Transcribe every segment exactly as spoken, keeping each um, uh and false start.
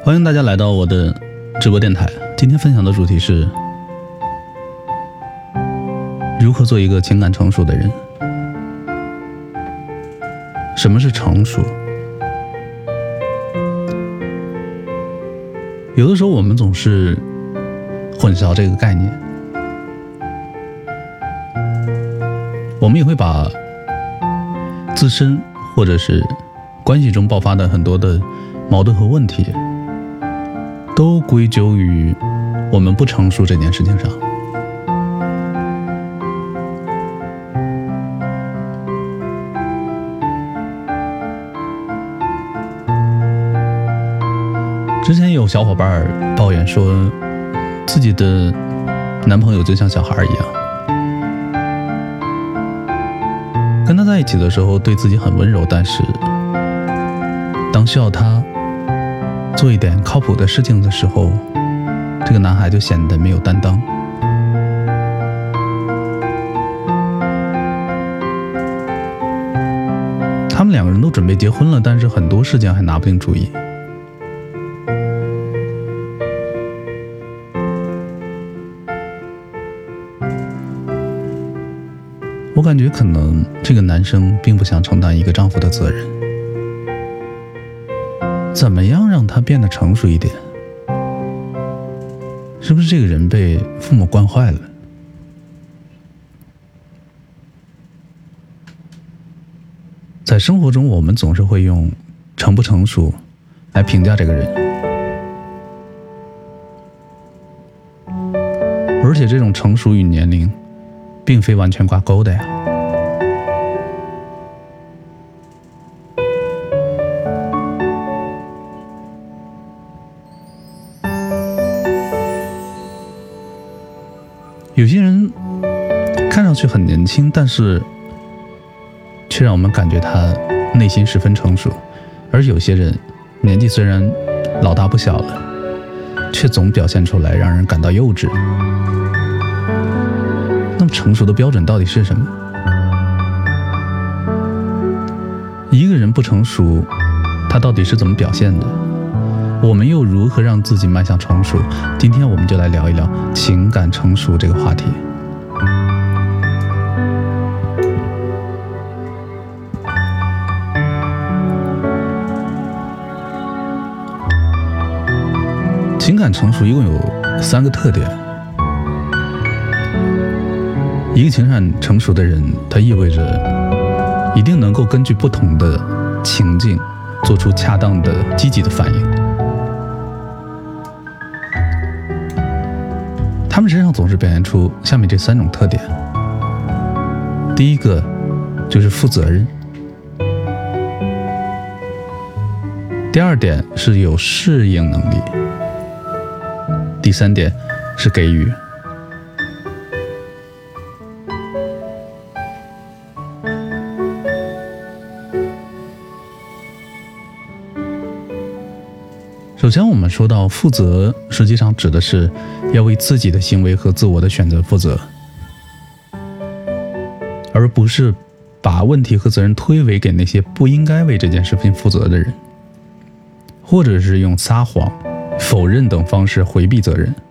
欢迎大家来到我的直播电台。今天分享的主题是如何做一个情感成熟的人。什么是成熟？有的时候我们总是混淆这个概念，我们也会把自身或者是关系中爆发的很多的矛盾和问题都归咎于我们不成熟这件事情上。之前有小伙伴抱怨说自己的男朋友就像小孩一样，跟他在一起的时候对自己很温柔，但是当需要他做一点靠谱的事情的时候，这个男孩就显得没有担当。他们两个人都准备结婚了，但是很多事情还拿不定主意。我感觉可能这个男生并不想承担一个丈夫的责任。怎么样让他变得成熟一点？是不是这个人被父母惯坏了？在生活中，我们总是会用成不成熟来评价这个人，而且这种成熟与年龄并非完全挂钩的呀。有些人看上去很年轻，但是却让我们感觉他内心十分成熟，而有些人年纪虽然老大不小了，却总表现出来让人感到幼稚。那么成熟的标准到底是什么？一个人不成熟，他到底是怎么表现的？我们又如何让自己迈向成熟？今天我们就来聊一聊情感成熟这个话题。情感成熟一共有三个特点。一个情感成熟的人，他意味着一定能够根据不同的情境做出恰当的积极的反应。他们身上总是表现出下面这三种特点。第一个就是负责任，第二点是有适应能力，第三点是给予。首先我们说到负责，实际上指的是要为自己的行为和自我的选择负责，而不是把问题和责任推诿给那些不应该为这件事情负责的人，或者是用撒谎、否认等方式回避责任。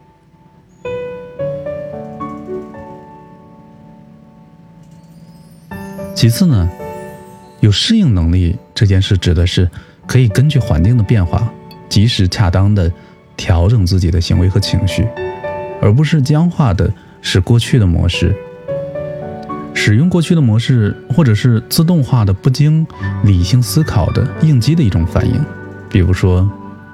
其次呢，有适应能力这件事指的是可以根据环境的变化及时恰当地调整自己的行为和情绪，而不是僵化的使过去的模式，使用过去的模式，或者是自动化的不经理性思考的应激的一种反应。比如说，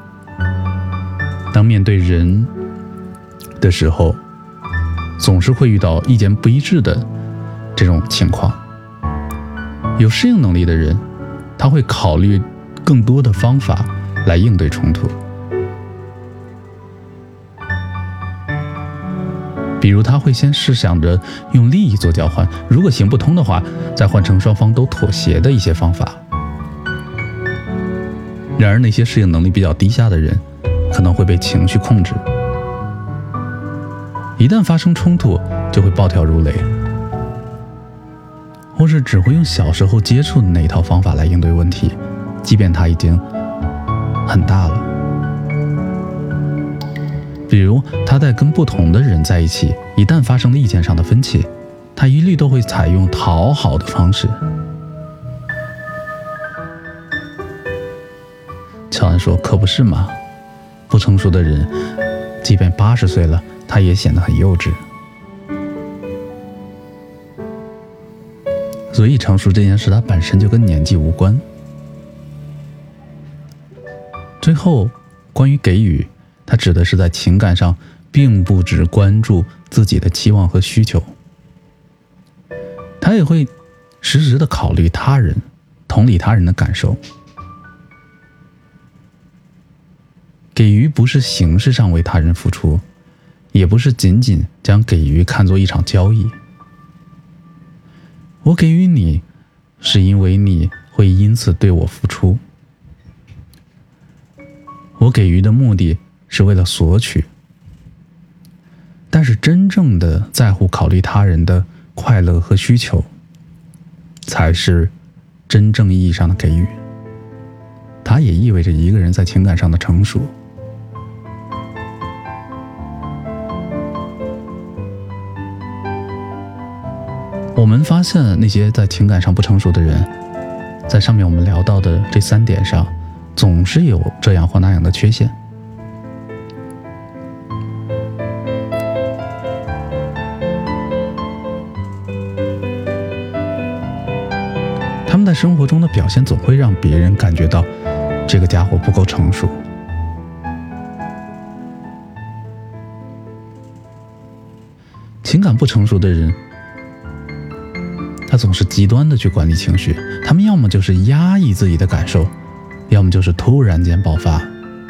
当面对人的时候，总是会遇到意见不一致的这种情况。有适应能力的人，他会考虑更多的方法来应对冲突，比如他会先试想着用利益做交换，如果行不通的话，再换成双方都妥协的一些方法。然而那些适应能力比较低下的人，可能会被情绪控制，一旦发生冲突就会暴跳如雷，或是只会用小时候接触的那一套方法来应对问题，即便他已经很大了。 比如他在跟不同的人在一起，一旦发生了意见上的分歧，他一律都会采用讨好的方式。乔安说，可不是嘛，不成熟的人即便八十岁了，他也显得很幼稚。所以成熟这件事它本身就跟年纪无关。最后关于给予，它指的是在情感上并不只关注自己的期望和需求，他也会时时的考虑他人，同理他人的感受。给予不是形式上为他人付出，也不是仅仅将给予看作一场交易。我给予你，是因为你会因此对我付出。我给予的目的是为了索取，但是真正的在乎考虑他人的快乐和需求，才是真正意义上的给予。它也意味着一个人在情感上的成熟。我们发现那些在情感上不成熟的人，在上面我们聊到的这三点上，总是有这样或那样的缺陷。他们在生活中的表现总会让别人感觉到这个家伙不够成熟。情感不成熟的人，他总是极端的去管理情绪，他们要么就是压抑自己的感受，要么就是突然间爆发。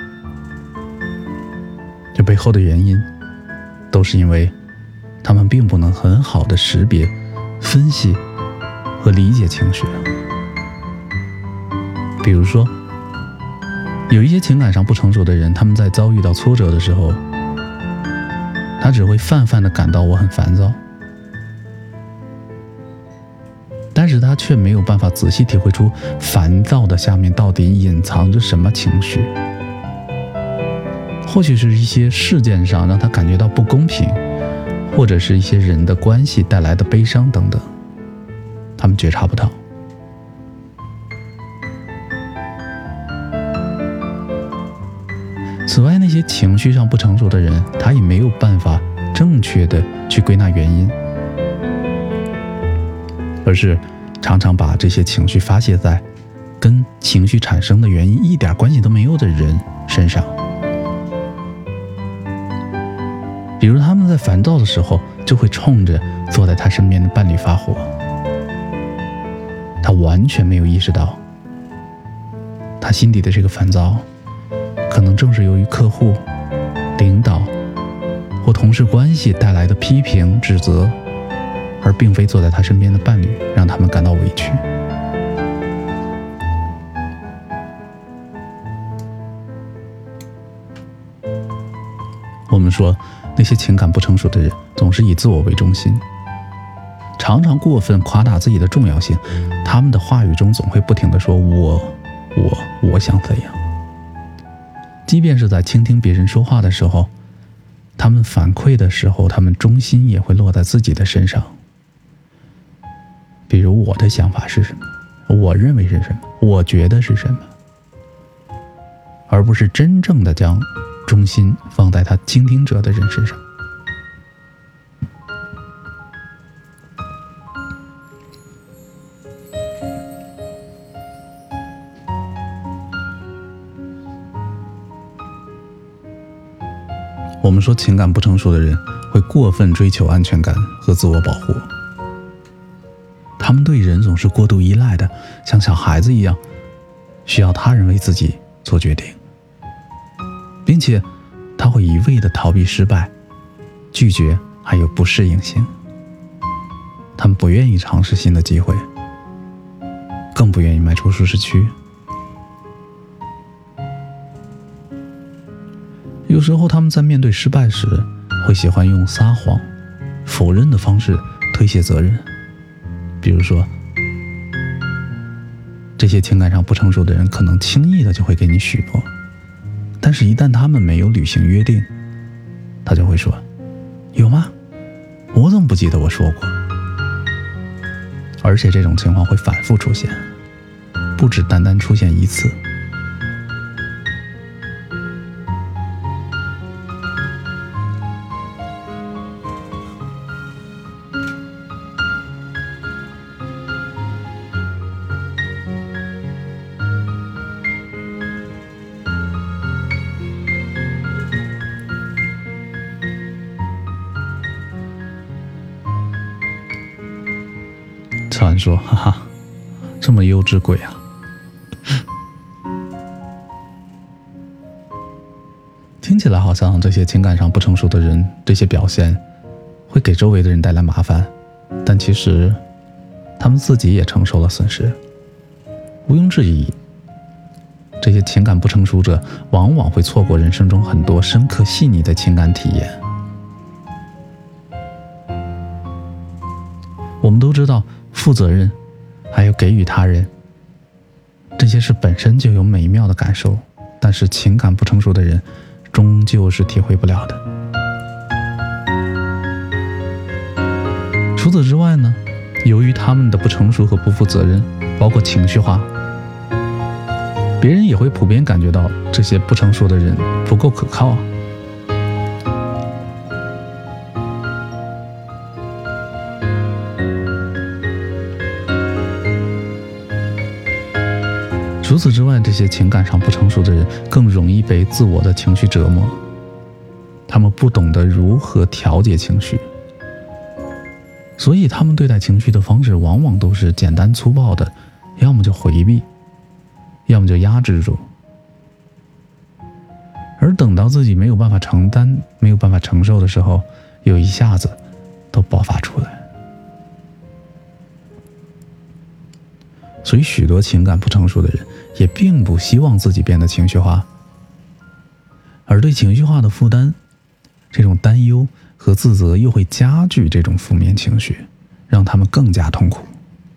这背后的原因都是因为他们并不能很好的识别、分析和理解情绪。比如说有一些情感上不成熟的人，他们在遭遇到挫折的时候，他只会泛泛的感到我很烦躁，但是他却没有办法仔细体会出烦躁的下面到底隐藏着什么情绪。或许是一些事件上让他感觉到不公平，或者是一些人的关系带来的悲伤等等，他们觉察不到。此外，那些情绪上不成熟的人，他也没有办法正确的去归纳原因，而是常常把这些情绪发泄在跟情绪产生的原因一点关系都没有的人身上。比如他们在烦躁的时候，就会冲着坐在他身边的伴侣发火，他完全没有意识到，他心底的这个烦躁可能正是由于客户、领导或同事关系带来的批评、指责，而并非坐在他身边的伴侣让他们感到委屈。我们说，那些情感不成熟的人总是以自我为中心，常常过分夸大自己的重要性，他们的话语中总会不停地说我我我想怎样。即便是在倾听别人说话的时候，他们反馈的时候，他们中心也会落在自己的身上。比如我的想法是什么，我认为是什么，我觉得是什么，而不是真正的将中心放在他倾听者的人身上。我们说情感不成熟的人会过分追求安全感和自我保护，他们对人总是过度依赖的，像小孩子一样，需要他人为自己做决定，并且他会一味地逃避失败、拒绝还有不适应性。他们不愿意尝试新的机会，更不愿意迈出舒适区。有时候他们在面对失败时，会喜欢用撒谎、否认的方式推卸责任。比如说，这些情感上不成熟的人可能轻易的就会给你许诺，但是一旦他们没有履行约定， 他就会说，有吗？我怎么不记得我说过？而且这种情况会反复出现，不只单单出现一次。传说，哈哈，这么幼稚鬼啊！听起来好像这些情感上不成熟的人，这些表现会给周围的人带来麻烦，但其实他们自己也承受了损失。毋庸置疑，这些情感不成熟者往往会错过人生中很多深刻细腻的情感体验。我们都知道，负责任还有给予他人，这些是本身就有美妙的感受，但是情感不成熟的人终究是体会不了的。除此之外呢，由于他们的不成熟和不负责任，包括情绪化，别人也会普遍感觉到这些不成熟的人不够可靠。除此之外，这些情感上不成熟的人更容易被自我的情绪折磨，他们不懂得如何调节情绪，所以他们对待情绪的方式往往都是简单粗暴的，要么就回避，要么就压制住，而等到自己没有办法承担、没有办法承受的时候，又一下子都爆发出来。所以许多情感不成熟的人也并不希望自己变得情绪化，而对情绪化的负担，这种担忧和自责又会加剧这种负面情绪，让他们更加痛苦。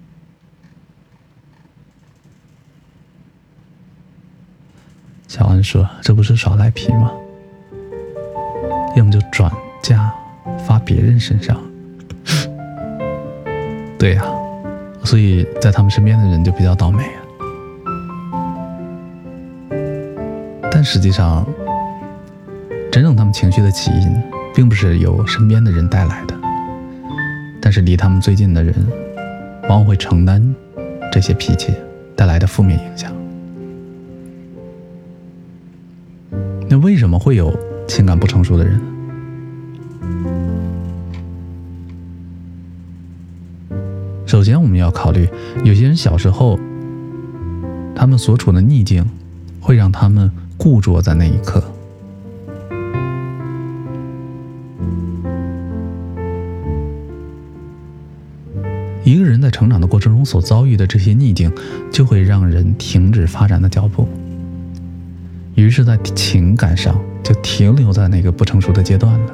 小安说，这不是耍赖皮吗？要么就转嫁发别人身上。对呀、啊，所以在他们身边的人就比较倒霉啊。但实际上，真正他们情绪的起因并不是由身边的人带来的，但是离他们最近的人往往会承担这些脾气带来的负面影响。那为什么会有情感不成熟的人？首先我们要考虑，有些人小时候他们所处的逆境会让他们固着在那一刻。一个人在成长的过程中所遭遇的这些逆境，就会让人停止发展的脚步，于是在情感上就停留在那个不成熟的阶段了。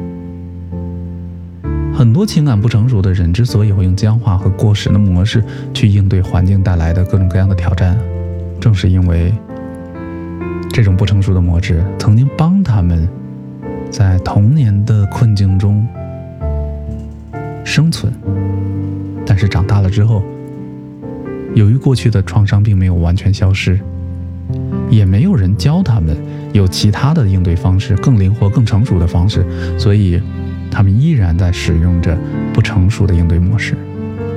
很多情感不成熟的人之所以会用僵化和过时的模式去应对环境带来的各种各样的挑战，正是因为这种不成熟的模式曾经帮他们在童年的困境中生存，但是长大了之后，由于过去的创伤并没有完全消失，也没有人教他们有其他的应对方式，更灵活更成熟的方式，所以他们依然在使用着不成熟的应对模式。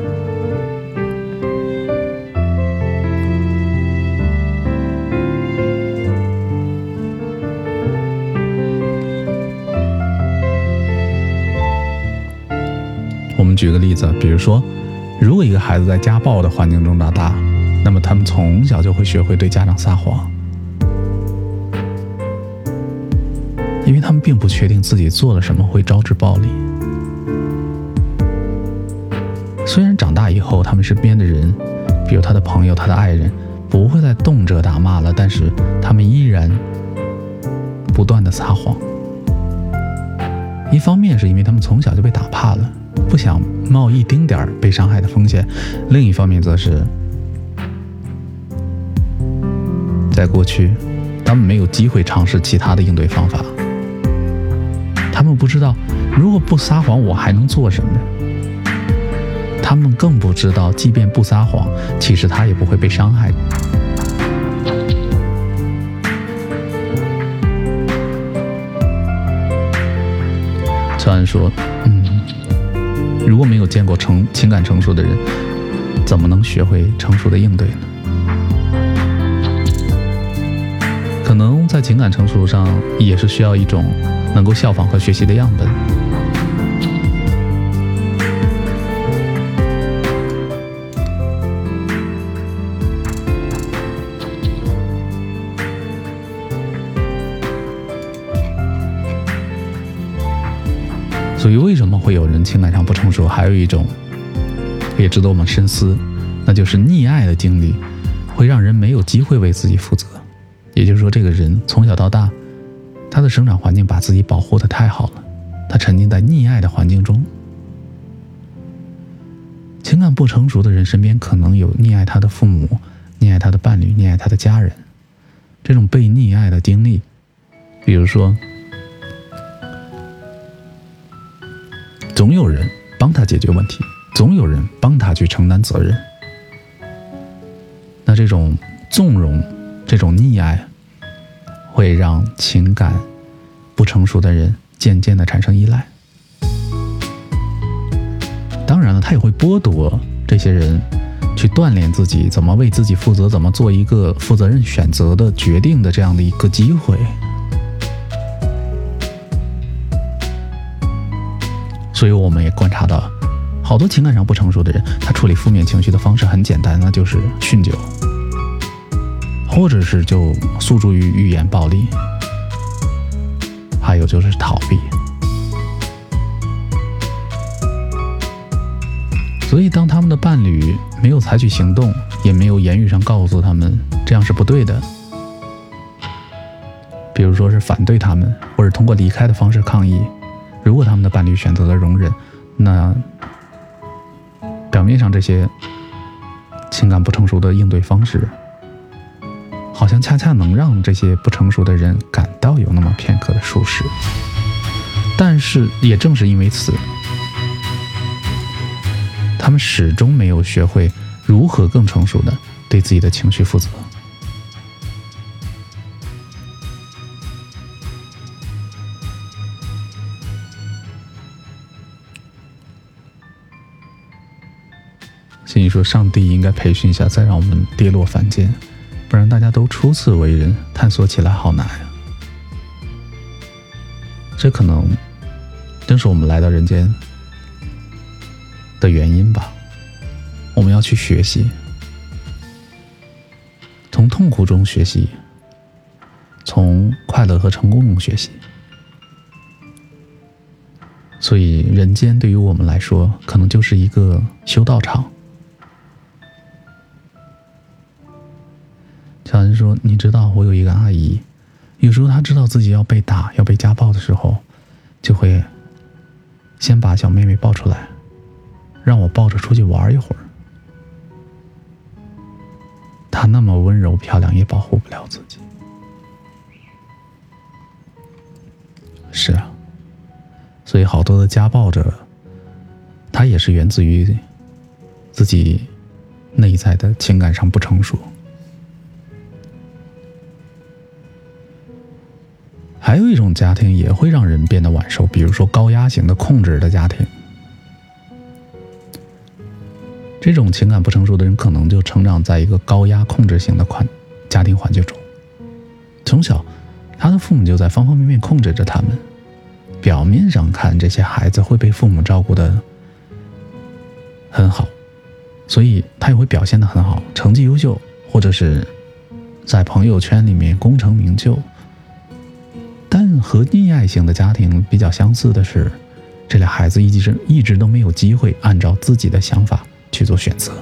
我们举个例子，比如说，如果一个孩子在家暴的环境中长大，那么他们从小就会学会对家长撒谎，因为他们并不确定自己做了什么会招致暴力。虽然长大以后他们身边的人，比如他的朋友、他的爱人，不会再动辄打骂了，但是他们依然不断的撒谎。一方面是因为他们从小就被打怕了，不想冒一丁点儿被伤害的风险，另一方面则是在过去他们没有机会尝试其他的应对方法， 他们不知道，如果不撒谎，我还能做什么？他们更不知道，即便不撒谎，其实他也不会被伤害。乔安说：“嗯，如果没有见过成情感成熟的人，怎么能学会成熟的应对呢？可能在情感成熟上，也是需要一种能够效仿和学习的样本。所以为什么会有人情感上不成熟？还有一种也值得我们深思，那就是溺爱的经历会让人没有机会为自己负责。也就是说，这个人从小到大，他的生长环境把自己保护得太好了，他沉浸在溺爱的环境中。情感不成熟的人身边可能有溺爱他的父母，溺爱他的伴侣，溺爱他的家人。这种被溺爱的经历，比如说总有人帮他解决问题，总有人帮他去承担责任。那这种纵容，这种溺爱，会让情感不成熟的人渐渐地产生依赖。当然了，他也会剥夺这些人去锻炼自己怎么为自己负责，怎么做一个负责任选择的决定的这样的一个机会。所以我们也观察到，好多情感上不成熟的人，他处理负面情绪的方式很简单，那就是酗酒，或者是就诉诸于语言暴力，还有就是逃避。所以当他们的伴侣没有采取行动，也没有言语上告诉他们这样是不对的，比如说是反对他们，或者通过离开的方式抗议，如果他们的伴侣选择了容忍，那表面上这些情感不成熟的应对方式，好像恰恰能让这些不成熟的人感到有那么片刻的舒适。但是也正是因为此，他们始终没有学会如何更成熟的对自己的情绪负责。心里说，上帝应该培训一下，再让我们跌落凡间，不然大家都初次为人，探索起来好难啊。这可能正是我们来到人间的原因吧。我们要去学习，从痛苦中学习，从快乐和成功中学习。所以人间对于我们来说，可能就是一个修道场。小人说，你知道我有一个阿姨，有时候她知道自己要被打，要被家暴的时候，就会先把小妹妹抱出来，让我抱着出去玩一会儿。她那么温柔漂亮，也保护不了自己。是啊，所以好多的家暴者，他也是源自于自己内在的情感上不成熟。还有一种家庭也会让人变得晚熟，比如说高压型的控制的家庭。这种情感不成熟的人，可能就成长在一个高压控制型的家庭环境中。从小，他的父母就在方方面面控制着他们。表面上看，这些孩子会被父母照顾得很好，所以他也会表现得很好，成绩优秀，或者是在朋友圈里面功成名就。但和溺爱型的家庭比较相似的是，这俩孩子一直一直都没有机会按照自己的想法去做选择，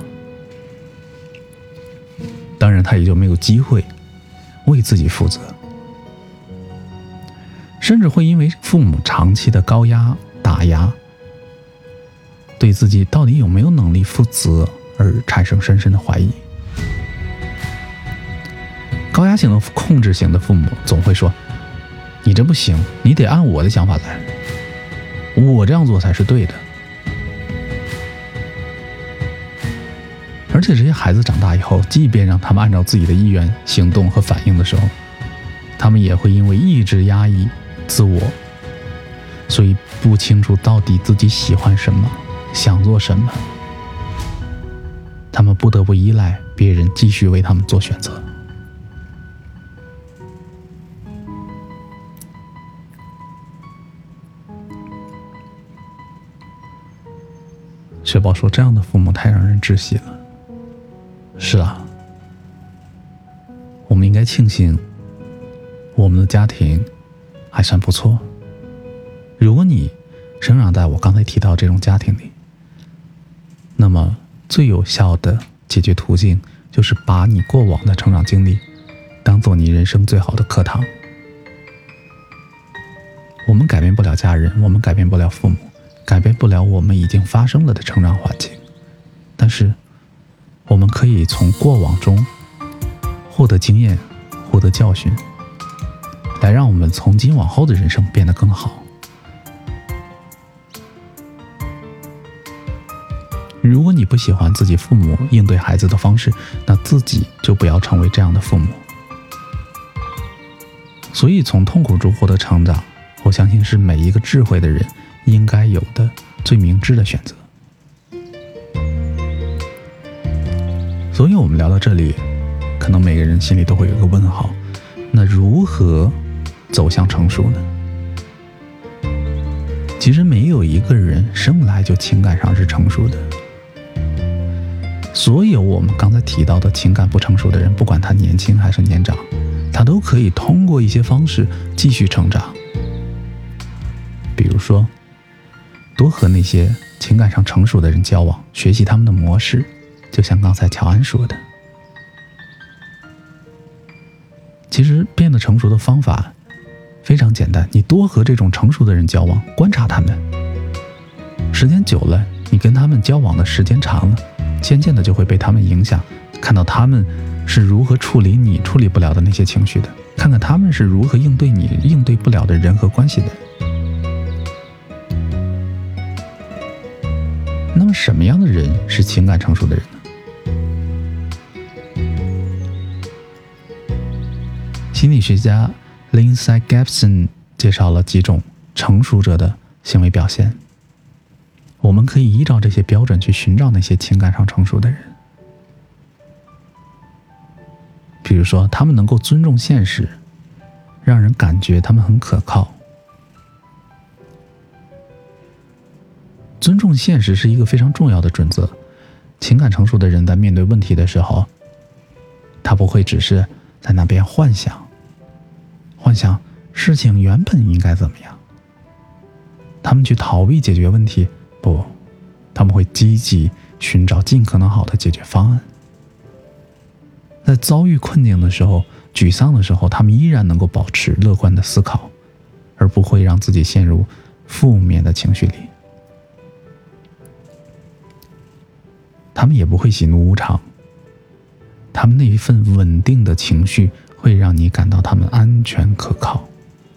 当然他也就没有机会为自己负责，甚至会因为父母长期的高压打压，对自己到底有没有能力负责而产生深深的怀疑。高压型的控制型的父母总会说，你这不行，你得按我的想法来。 我这样做才是对的。而且这些孩子长大以后，即便让他们按照自己的意愿行动和反应的时候，他们也会因为一直压抑自我，所以不清楚到底自己喜欢什么，想做什么，他们不得不依赖别人继续为他们做选择。雪宝说，这样的父母太让人窒息了。是啊，我们应该庆幸我们的家庭还算不错。如果你生长在我刚才提到这种家庭里，那么最有效的解决途径就是把你过往的成长经历当做你人生最好的课堂。我们改变不了家人，我们改变不了父母，改变不了我们已经发生了的成长环境，但是我们可以从过往中获得经验，获得教训，来让我们从今往后的人生变得更好。如果你不喜欢自己父母应对孩子的方式，那自己就不要成为这样的父母。所以从痛苦中获得成长，我相信是每一个智慧的人应该有的最明智的选择。所以我们聊到这里，可能每个人心里都会有一个问号，那如何走向成熟呢？其实没有一个人生来就情感上是成熟的。所有我们刚才提到的情感不成熟的人，不管他年轻还是年长，他都可以通过一些方式继续成长。比如说，多和那些情感上成熟的人交往，学习他们的模式，就像刚才乔安说的。其实变得成熟的方法非常简单，你多和这种成熟的人交往，观察他们，时间久了，你跟他们交往的时间长了，渐渐的就会被他们影响，看到他们是如何处理你处理不了的那些情绪的，看看他们是如何应对你应对不了的人和关系的。那么什么样的人是情感成熟的人呢？心理学家 Lindsay Gibson 介绍了几种成熟者的行为表现，我们可以依照这些标准去寻找那些情感上成熟的人。比如说，他们能够尊重现实，让人感觉他们很可靠。尊重现实是一个非常重要的准则。情感成熟的人在面对问题的时候，他不会只是在那边幻想幻想事情原本应该怎么样，他们去逃避解决问题，不，他们会积极寻找尽可能好的解决方案。在遭遇困境的时候，沮丧的时候，他们依然能够保持乐观的思考，而不会让自己陷入负面的情绪里。他们也不会喜怒无常，他们那一份稳定的情绪会让你感到他们安全可靠。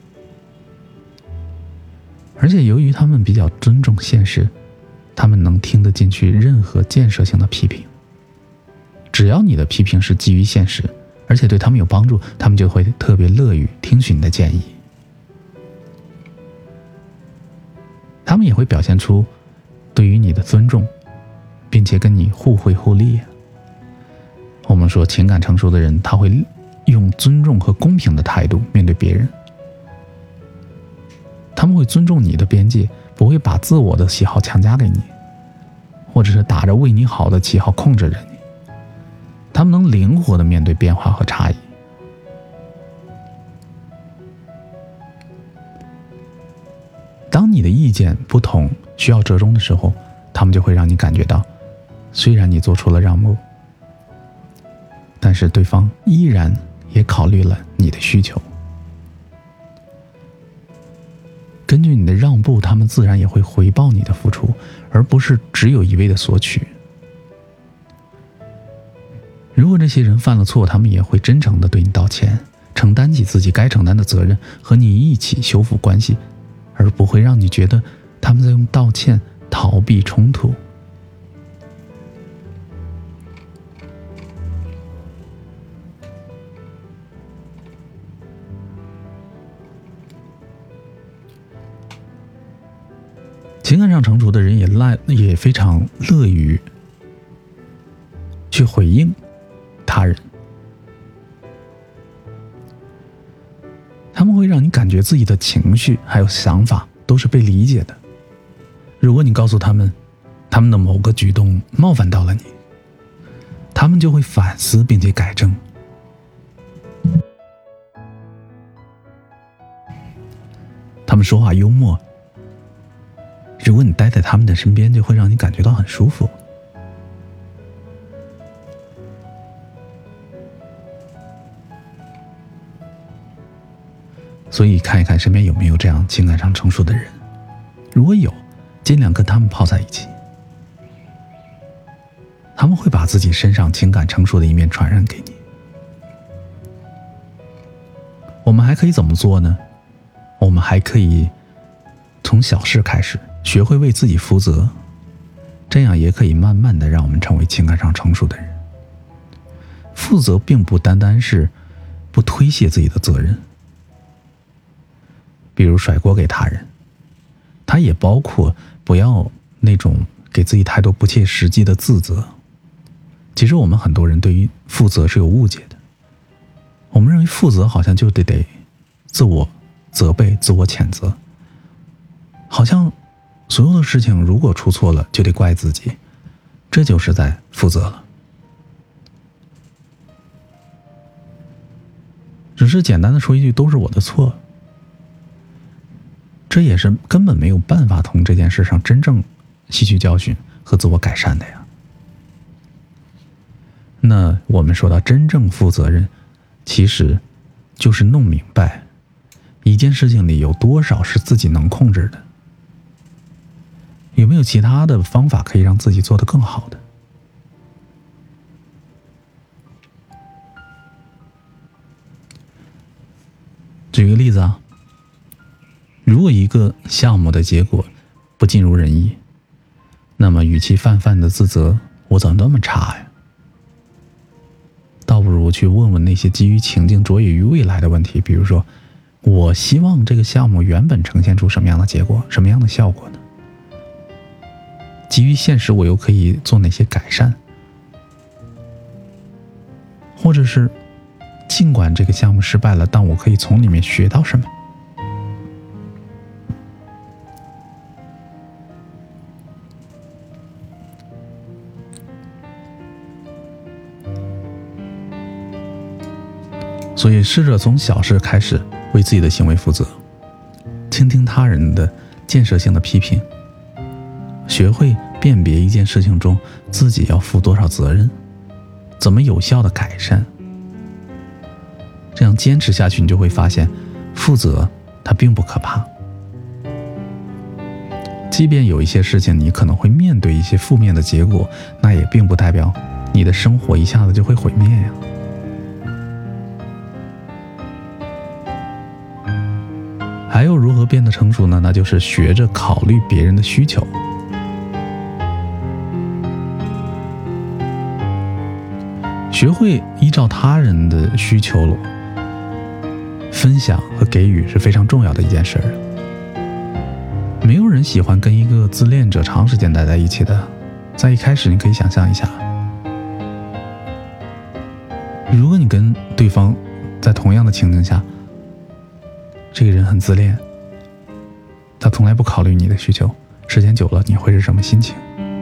而且由于他们比较尊重现实，他们能听得进去任何建设性的批评。只要你的批评是基于现实，而且对他们有帮助，他们就会特别乐于听取你的建议。他们也会表现出对于你的尊重，并且跟你互惠互利。我们说情感成熟的人，他会用尊重和公平的态度面对别人。他们会尊重你的边界，不会把自我的喜好强加给你，或者是打着为你好的旗号控制着你。他们能灵活地面对变化和差异。当你的意见不同，需要折中的时候，他们就会让你感觉到，虽然你做出了让步，但是对方依然也考虑了你的需求。根据你的让步，他们自然也会回报你的付出，而不是只有一味的索取。如果这些人犯了错，他们也会真诚地对你道歉，承担起自己该承担的责任，和你一起修复关系，而不会让你觉得他他们在用道歉逃避冲突。情感上成熟的人也赖也非常乐于去回应他人，他们会让你感觉自己的情绪还有想法都是被理解的。如果你告诉他们他们的某个举动冒犯到了你，他们就会反思并且改正。他们说话幽默，如果你待在他们的身边，就会让你感觉到很舒服。所以看一看身边有没有这样情感上成熟的人，如果有，尽量跟他们泡在一起，他们会把自己身上情感成熟的一面传染给你。我们还可以怎么做呢？我们还可以从小事开始，学会为自己负责，这样也可以慢慢的让我们成为情感上成熟的人。负责并不单单是不推卸自己的责任，比如甩锅给他人，它也包括不要那种给自己太多不切实际的自责。其实我们很多人对于负责是有误解的，我们认为负责好像就得得自我责备、自我谴责，好像所有的事情如果出错了就得怪自己，这就是在负责了。只是简单的说一句都是我的错，这也是根本没有办法从这件事上真正吸取教训和自我改善的呀。那我们说到真正负责任，其实就是弄明白一件事情里有多少是自己能控制的，有没有其他的方法可以让自己做得更好的。举个例子啊，如果一个项目的结果不尽如人意，那么与其泛泛的自责我怎么那么差呀，倒不如去问问那些基于情境着眼于未来的问题。比如说，我希望这个项目原本呈现出什么样的结果，什么样的效果呢？基于现实我又可以做哪些改善？或者是尽管这个项目失败了，但我可以从里面学到什么？所以试着从小事开始为自己的行为负责，倾听他人的建设性的批评，学会辨别一件事情中自己要负多少责任，怎么有效的改善。这样坚持下去，你就会发现负责它并不可怕。即便有一些事情你可能会面对一些负面的结果，那也并不代表你的生活一下子就会毁灭呀。还有如何变得成熟呢？那就是学着考虑别人的需求。学会依照他人的需求分享和给予是非常重要的一件事儿。没有人喜欢跟一个自恋者长时间待在一起的。在一开始你可以想象一下，如果你跟对方在同样的情境下，这个人很自恋，他从来不考虑你的需求，时间久了你会是什么心情？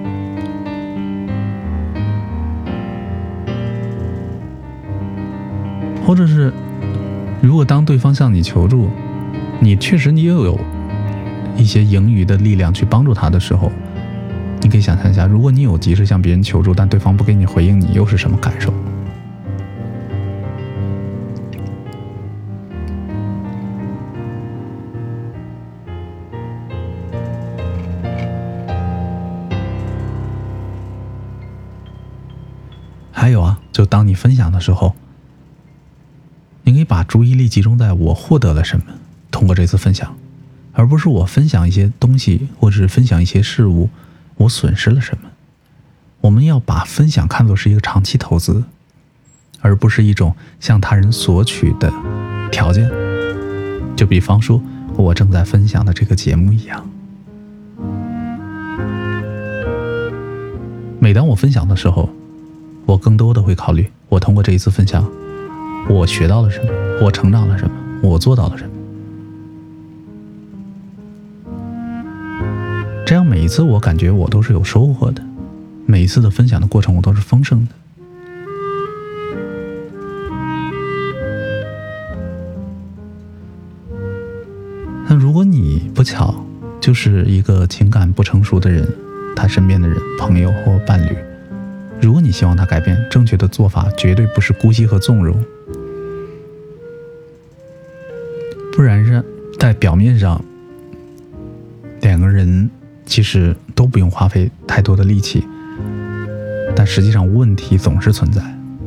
或者是如果当对方向你求助，你确实你又有一些盈余的力量去帮助他的时候，你可以想象一下，如果你有急事向别人求助，但对方不给你回应，你又是什么感受？还有啊，就当你分享的时候，你可以把注意力集中在我获得了什么，通过这次分享， 而不是我分享一些东西或者是分享一些事物，我损失了什么。我们要把分享看作是一个长期投资，而不是一种向他人索取的条件。就比方说我正在分享的这个节目一样，每当我分享的时候，我更多的会考虑，我通过这一次分享，我学到了什么，我成长了什么，我做到了什么。这样每一次我感觉我都是有收获的，每一次的分享的过程我都是丰盛的。那如果你不巧就是一个情感不成熟的人，他身边的人，朋友或伴侣，如果你希望他改变，正确的做法绝对不是姑息和纵容，不然是在表面上两个人其实都不用花费太多的力气，但实际上问题总是存在。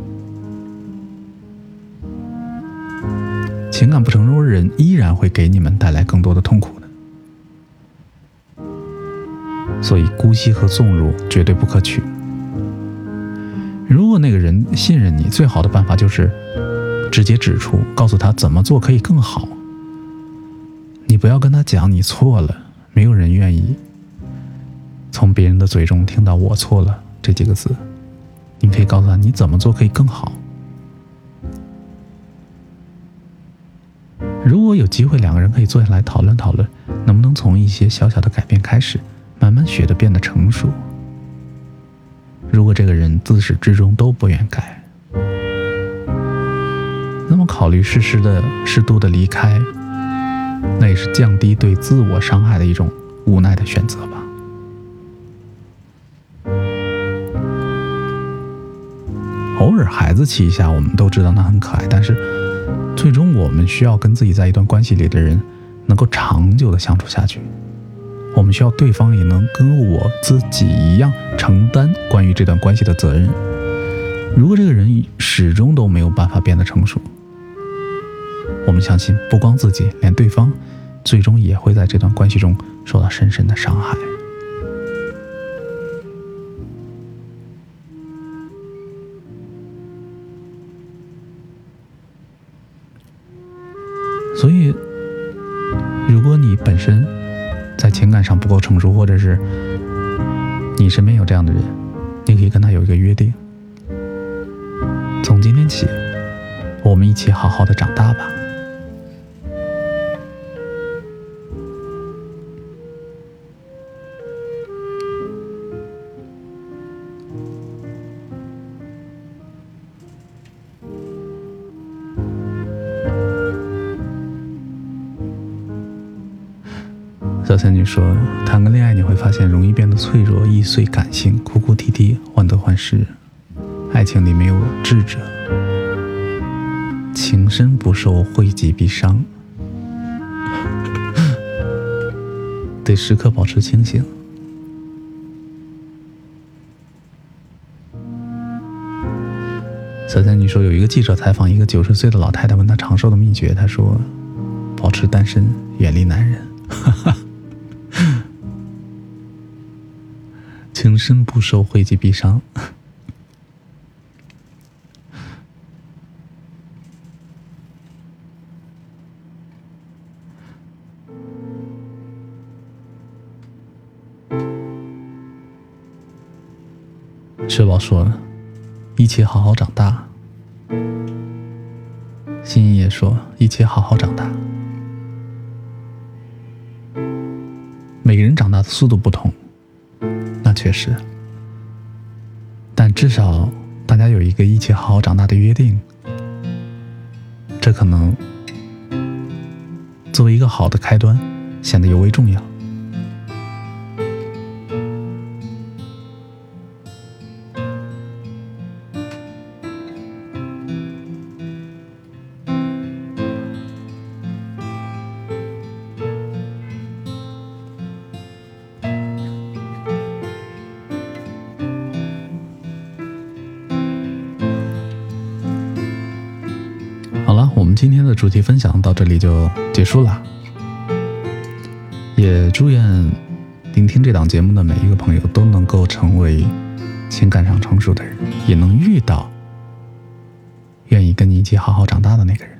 情感不成熟的人依然会给你们带来更多的痛苦的，所以姑息和纵容绝对不可取。如果那个人信任你，最好的办法就是直接指出，告诉他怎么做可以更好。你不要跟他讲你错了，没有人愿意从别人的嘴中听到我错了这几个字。你可以告诉他你怎么做可以更好。如果有机会，两个人可以坐下来讨论讨论，能不能从一些小小的改变开始，慢慢学得变得成熟。如果这个人自始至终都不愿改，那么考虑适时的适度的离开，那也是降低对自我伤害的一种无奈的选择吧。偶尔孩子气一下，我们都知道那很可爱，但是最终我们需要跟自己在一段关系里的人能够长久的相处下去，我们需要对方也能跟我自己一样承担关于这段关系的责任。如果这个人始终都没有办法变得成熟，我们相信不光自己，连对方最终也会在这段关系中受到深深的伤害。所以如果你本身在情感上不够成熟，或者是你身边有这样的人，你可以跟他有一个约定，从今天起我们一起好好的长大吧。小仙女说，谈个恋爱你会发现容易变得脆弱，易碎感性，哭哭啼啼，患得患失，爱情里没有智者，情深不寿，惠及必伤，得时刻保持清醒。小仙女说，有一个记者采访一个九十岁的老太太，问她长寿的秘诀，她说保持单身，远离男人。情深不寿，惠及必伤。薛宝说了，一起好好长大。心怡也说，一起好好长大。每个人长大的速度不同，那确实，但至少大家有一个一起好好长大的约定，这可能作为一个好的开端显得尤为重要。好了，我们今天的主题分享到这里就结束了。 也祝愿聆听这档节目的每一个朋友都能够成为情感上成熟的人，也能遇到愿意跟你一起好好长大的那个人。